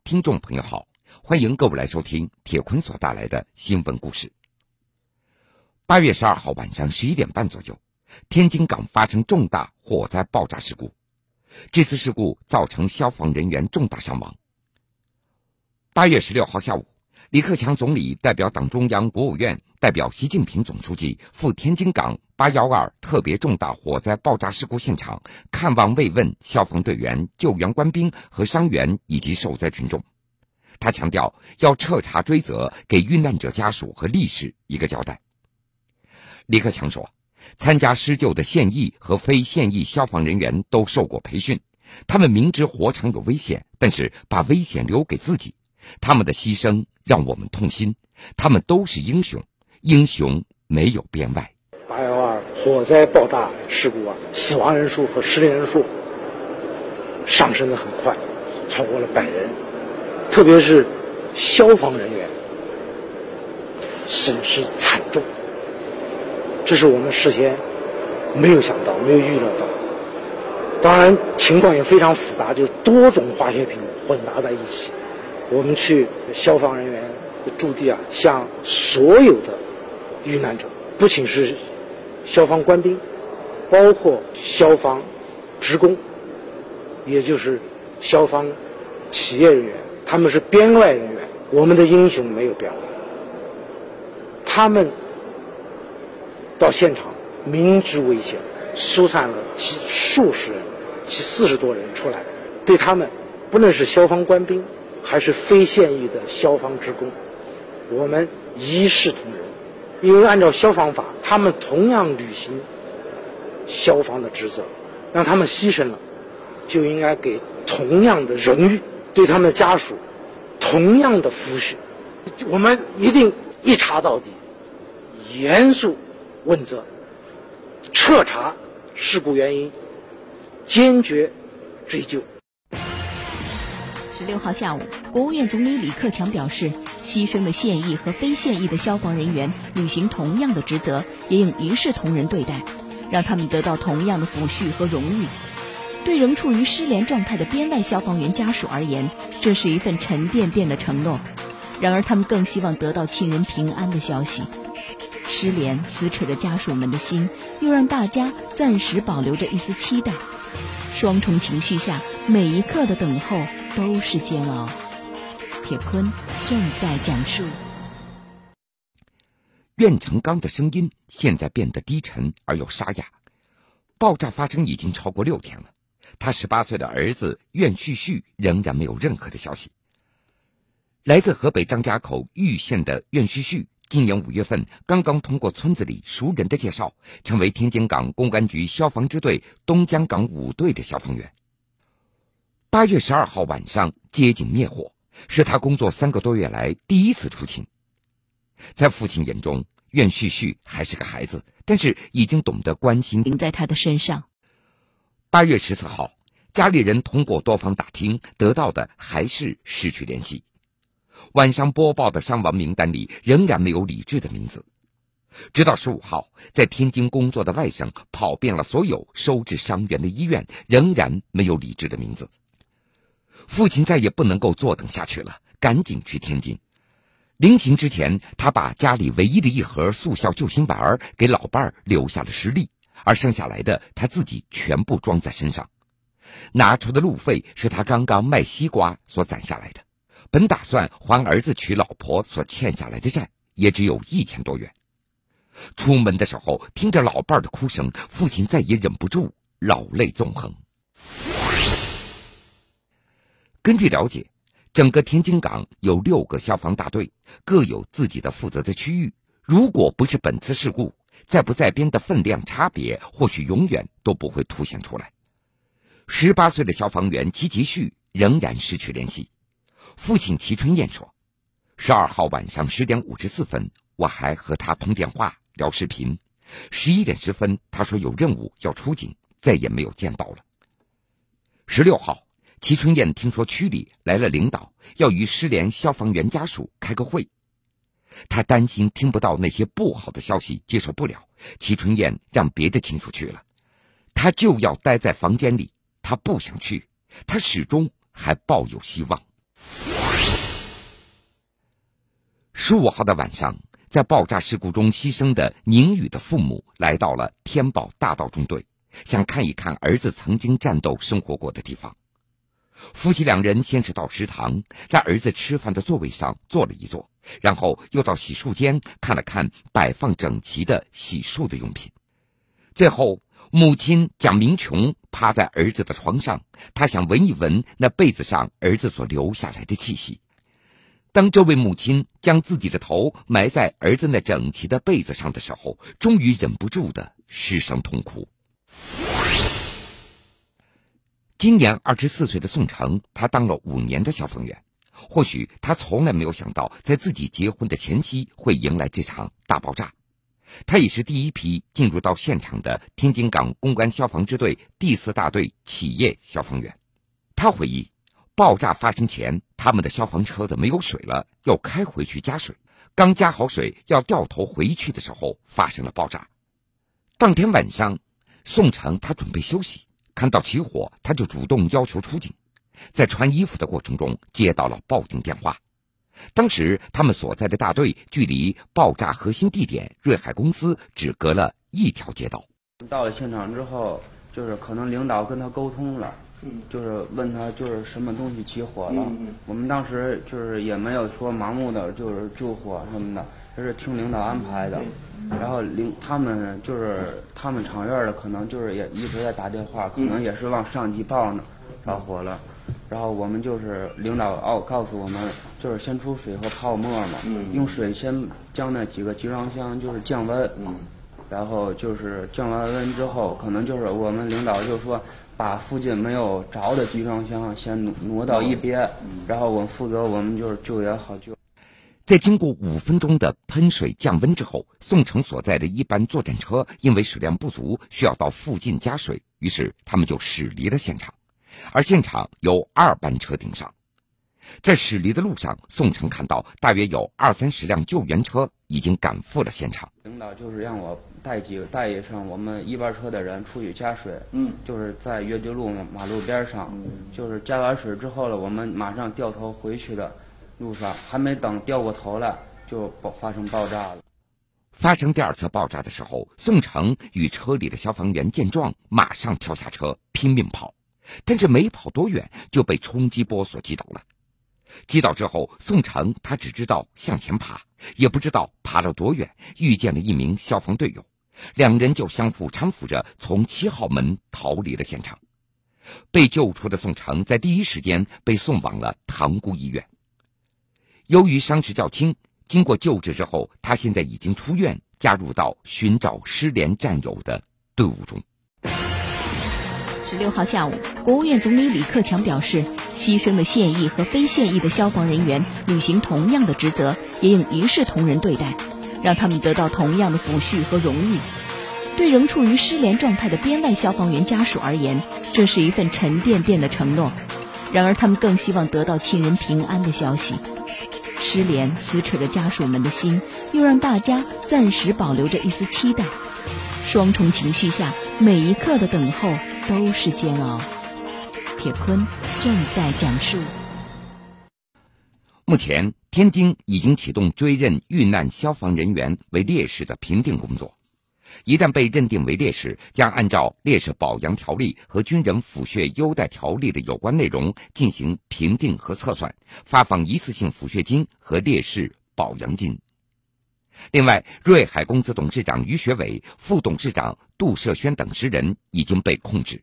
听众朋友好，欢迎各位来收听铁坤所带来的新闻故事。8月12号晚上11点半左右，天津港发生重大火灾爆炸事故，这次事故造成消防人员重大伤亡。8月16号下午，李克强总理代表党中央、国务院，代表习近平总书记赴天津港812特别重大火灾爆炸事故现场看望慰问消防队员、救援官兵和伤员以及受灾群众。他强调要彻查追责，给遇难者家属和力士一个交代。李克强说，参加施救的现役和非现役消防人员都受过培训，他们明知火场有危险，但是把危险留给自己，他们的牺牲让我们痛心，他们都是英雄，英雄没有边外。 812火灾爆炸事故死亡人数和失联人数上升得很快，超过了100人，特别是消防人员损失惨重，这是我们事先没有想到、没有预料到。当然情况也非常复杂，就多种化学品混杂在一起。我们去消防人员的驻地向所有的遇难者，不仅是消防官兵，包括消防职工，也就是消防企业人员，他们是编外人员，我们的英雄没有编外，他们到现场明知危险，疏散了数十人，40多人出来，对他们不论是消防官兵还是非现役的消防职工，我们一视同仁。因为按照消防法，他们同样履行消防的职责，让他们牺牲了，就应该给同样的荣誉，对他们的家属同样的抚恤。我们一定一查到底，严肃问责，彻查事故原因，坚决追究。 16号下午，国务院总理李克强表示，牺牲的现役和非现役的消防人员履行同样的职责，也应一视同仁对待，让他们得到同样的抚恤和荣誉。对仍处于失联状态的编外消防员家属而言，这是一份沉甸甸的承诺。然而他们更希望得到亲人平安的消息。失联撕扯着家属们的心，又让大家暂时保留着一丝期待。双重情绪下，每一刻的等候都是煎熬。铁坤正在讲述。 苑成刚的声音现在变得低沉而又沙哑。爆炸发生已经超过6天了，他18岁的儿子苑旭旭仍然没有任何的消息。来自河北张家口玉县的苑旭旭，今年5月份刚刚通过村子里熟人的介绍，成为天津港公安局消防支队东江港5队的消防员。8月12号晚上接警灭火，是他工作3个多月来第一次出勤。在父亲眼中，苑旭旭还是个孩子，但是已经懂得关心顶在他的身上。 8月14号，家里人通过多方打听得到的还是失去联系。晚上播报的伤亡名单里仍然没有李志的名字。直到15号，在天津工作的外甥跑遍了所有收治伤员的医院，仍然没有李志的名字。父亲再也不能够坐等下去了，赶紧去天津。临行之前，他把家里唯一的一盒速效救心丸给老伴儿留下了10粒，而剩下来的他自己全部装在身上。拿出的路费是他刚刚卖西瓜所攒下来的，本打算还儿子娶老婆所欠下来的债，也只有1000多元。出门的时候，听着老伴儿的哭声，父亲再也忍不住，老泪纵横。根据了解，整个天津港有6个消防大队，各有自己的负责的区域。如果不是本次事故，在不在编的分量差别，或许永远都不会凸显出来。18岁的消防员齐吉旭仍然失去联系。父亲齐春燕说，12号晚上10点54分，我还和他通电话聊视频。11点10分，他说有任务要出警，再也没有见到了。16号，齐春燕听说区里来了领导，要与失联消防员家属开个会。他担心听不到那些不好的消息，接受不了，齐春燕让别的亲属去了。他就要待在房间里，他不想去，他始终还抱有希望。 15号的晚上，在爆炸事故中牺牲的宁宇的父母来到了天宝大道中队，想看一看儿子曾经战斗生活过的地方。夫妻两人先是到食堂，在儿子吃饭的座位上坐了一坐，然后又到洗漱间看了看摆放整齐的洗漱的用品。最后，母亲蒋明琼趴在儿子的床上，她想闻一闻那被子上儿子所留下来的气息。当这位母亲将自己的头埋在儿子那整齐的被子上的时候，终于忍不住的失声痛哭。今年24岁的宋成，他当了5年的消防员。或许他从来没有想到，在自己结婚的前夕会迎来这场大爆炸。他也是第一批进入到现场的天津港公安消防支队第4大队企业消防员。他回忆，爆炸发生前，他们的消防车子没有水了，要开回去加水。刚加好水要掉头回去的时候，发生了爆炸。当天晚上，宋成他准备休息，看到起火，他就主动要求出警。在穿衣服的过程中，接到了报警电话。当时他们所在的大队距离爆炸核心地点瑞海公司只隔了1条街道。 到了现场之后，就是可能领导跟他沟通了，就是问他就是什么东西起火了。我们当时就是也没有说盲目的就是救火什么的，就是听领导安排的。然后他们厂院的可能就是也一直在打电话，可能也是往上级报呢，着火了。然后我们就是领导告诉我们，就是先出水和泡沫嘛，用水先将那几个集装箱就是降温，然后就是降完温之后，可能就是我们领导就说把附近没有着的集装箱先挪到一边，然后我们负责我们就是救援好救。 在经过5分钟的喷水降温之后，宋成所在的一班作战车因为水量不足，需要到附近加水，于是他们就驶离了现场。而现场由2班车顶上。在驶离的路上，宋成看到大约有20-30辆救援车已经赶赴了现场。 领导就是让我带上我们1班车的人出去加水，就是在约定路马路边上，就是加完水之后了，我们马上掉头回去的路上，还没等掉过头来，就发生爆炸了。 发生第2次爆炸的时候，宋成与车里的消防员见状，马上跳下车拼命跑。但是没跑多远就被冲击波所击倒了。击倒之后，宋成他只知道向前爬，也不知道爬了多远，遇见了一名消防队友，2人就相互搀扶着从7号门逃离了现场。被救出的宋成在第一时间被送往了塘沽医院。由于伤势较轻，经过救治之后，他现在已经出院，加入到寻找失联战友的队伍中。 16号下午，国务院总理李克强表示，牺牲的现役和非现役的消防人员履行同样的职责，也应一视同仁对待，让他们得到同样的抚恤和荣誉。对仍处于失联状态的编外消防员家属而言，这是一份沉甸甸的承诺。然而他们更希望得到亲人平安的消息。失联撕扯着家属们的心，又让大家暂时保留着一丝期待。双重情绪下，每一刻的等候都是煎熬。铁坤正在讲述。 目前，天津已经启动追认遇难消防人员为烈士的评定工作。一旦被认定为烈士，将按照烈士保养条例和军人抚恤优待条例的有关内容进行评定和测算，发放一次性抚恤金和烈士保养金。另外，瑞海公司董事长于学伟、副董事长杜涉轩等10人已经被控制。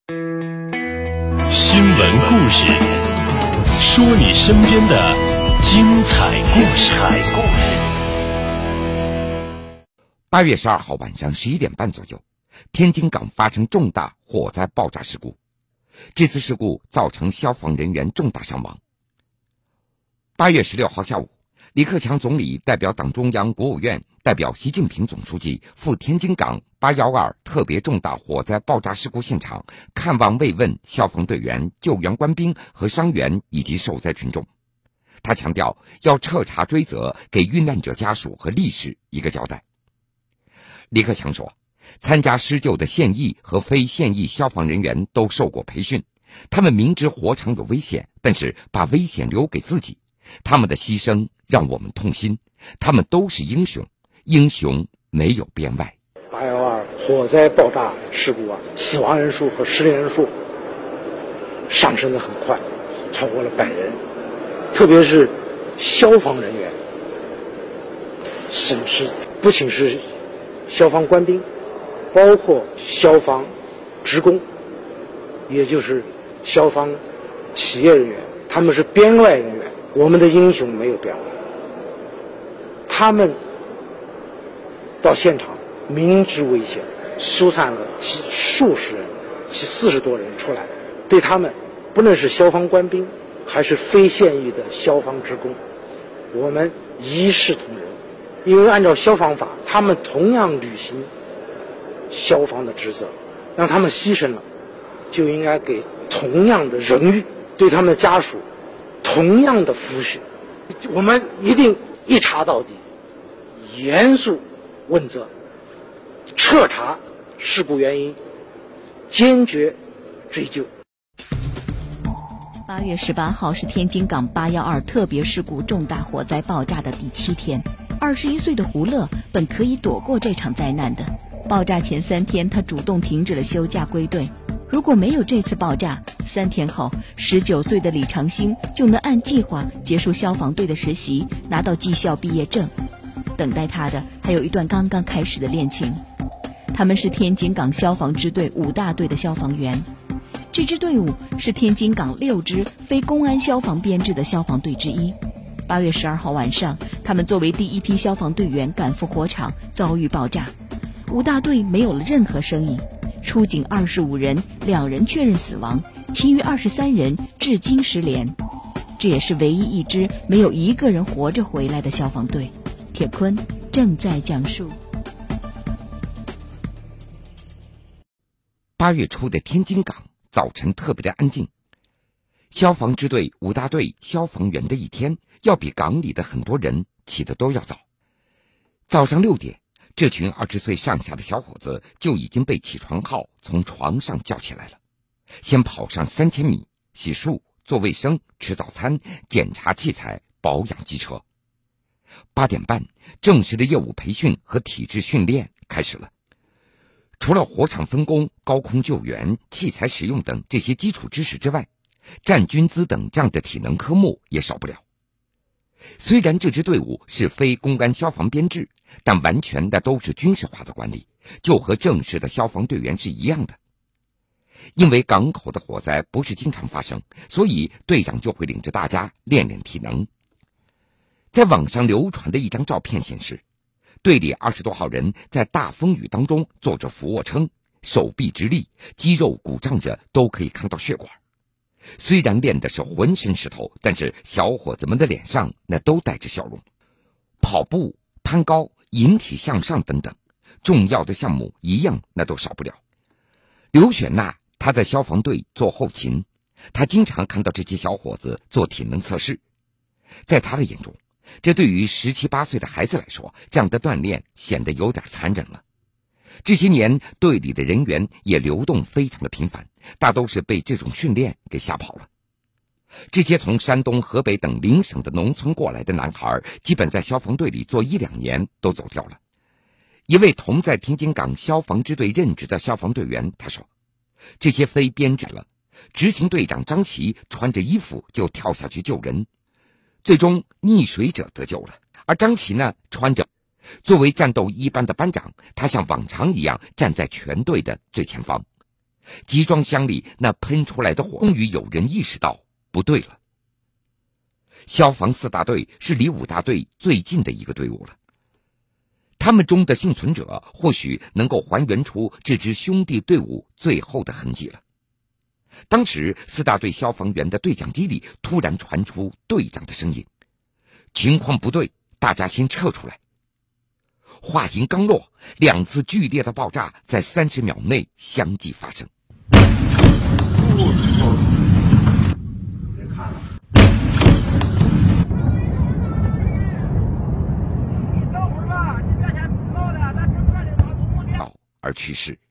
新闻故事，说你身边的精彩故事。 8月12号晚上11点半左右，天津港发生重大火灾爆炸事故。这次事故造成消防人员重大伤亡。8月16号下午，李克强总理代表党中央、国务院，代表习近平总书记赴天津港812特别重大火灾爆炸事故现场看望慰问消防队员、救援官兵和伤员以及受灾群众。他强调要彻查追责，给遇难者家属和烈士一个交代。李克强说，参加施救的现役和非现役消防人员都受过培训，他们明知火场有危险，但是把危险留给自己，他们的牺牲让我们痛心， 他们都是英雄，英雄没有边外。 812火灾爆炸事故死亡人数和失联人数上升得很快，超过了100人，特别是消防人员损失不仅是消防官兵，包括消防职工，也就是消防企业人员，他们是边外人员。我们的英雄没有边外，他们到现场明知危险，疏散了数十人，40多人出来，对他们不论是消防官兵还是非现役的消防职工，我们一视同仁。因为按照消防法，他们同样履行消防的职责，让他们牺牲了，就应该给同样的荣誉，对他们的家属同样的抚恤。我们一定一查到底，严肃问责，彻查事故原因，坚决追究。 8月18号是天津港812特别事故重大火灾爆炸的第7天。21岁的胡乐本可以躲过这场灾难的。爆炸前3天，他主动停止了休假归队。如果没有这次爆炸，3天后，19岁的李长兴就能按计划结束消防队的实习，拿到技校毕业证。等待他的还有一段刚刚开始的恋情。他们是天津港消防支队5大队的消防员。这支队伍是天津港6支非公安消防编制的消防队之一。8月12号晚上，他们作为第一批消防队员赶赴火场，遭遇爆炸。5大队没有了任何声音，出警25人，2人确认死亡，其余23人至今失联。这也是唯一一支没有一个人活着回来的消防队。铁坤正在讲述。 8月初的天津港早晨特别的安静，消防支队5大队消防员的一天要比港里的很多人起得都要早。早上6点，这群20岁上下的小伙子就已经被起床号从床上叫起来了，先跑上3000米，洗漱、做卫生、吃早餐、检查器材、保养机车。8点半，正式的业务培训和体质训练开始了。除了火场分工、高空救援、器材使用等这些基础知识之外，站军姿等这样的体能科目也少不了。虽然这支队伍是非公安消防编制，但完全的都是军事化的管理，就和正式的消防队员是一样的。因为港口的火灾不是经常发生，所以队长就会领着大家练练体能。在网上流传的一张照片显示，队里20多号人在大风雨当中做着俯卧撑，手臂直立，肌肉鼓胀着，都可以看到血管。虽然练的是浑身是头，但是小伙子们的脸上那都带着笑容。跑步、攀高、引体向上等等重要的项目一样那都少不了。刘雪娜她在消防队做后勤，她经常看到这些小伙子做体能测试。在她的眼中，这对于17、18岁的孩子来说，这样的锻炼显得有点残忍了。这些年队里的人员也流动非常的频繁，大都是被这种训练给吓跑了。这些从山东、河北等邻省的农村过来的男孩，基本在消防队里做1-2年都走掉了。一位同在天津港消防支队任职的消防队员他说，这些非编制了，执行队长张琪穿着衣服就跳下去救人，最终溺水者得救了。而张琪呢，穿着作为战斗一班的班长，他像往常一样站在全队的最前方。集装箱里那喷出来的火，终于有人意识到不对了。消防4大队是离5大队最近的一个队伍了。他们中的幸存者或许能够还原出这支兄弟队伍最后的痕迹了。当时4大队消防员的对讲机里突然传出队长的声音：“情况不对，大家先撤出来。”话音刚落，2次剧烈的爆炸在30秒内相继发生。而去世。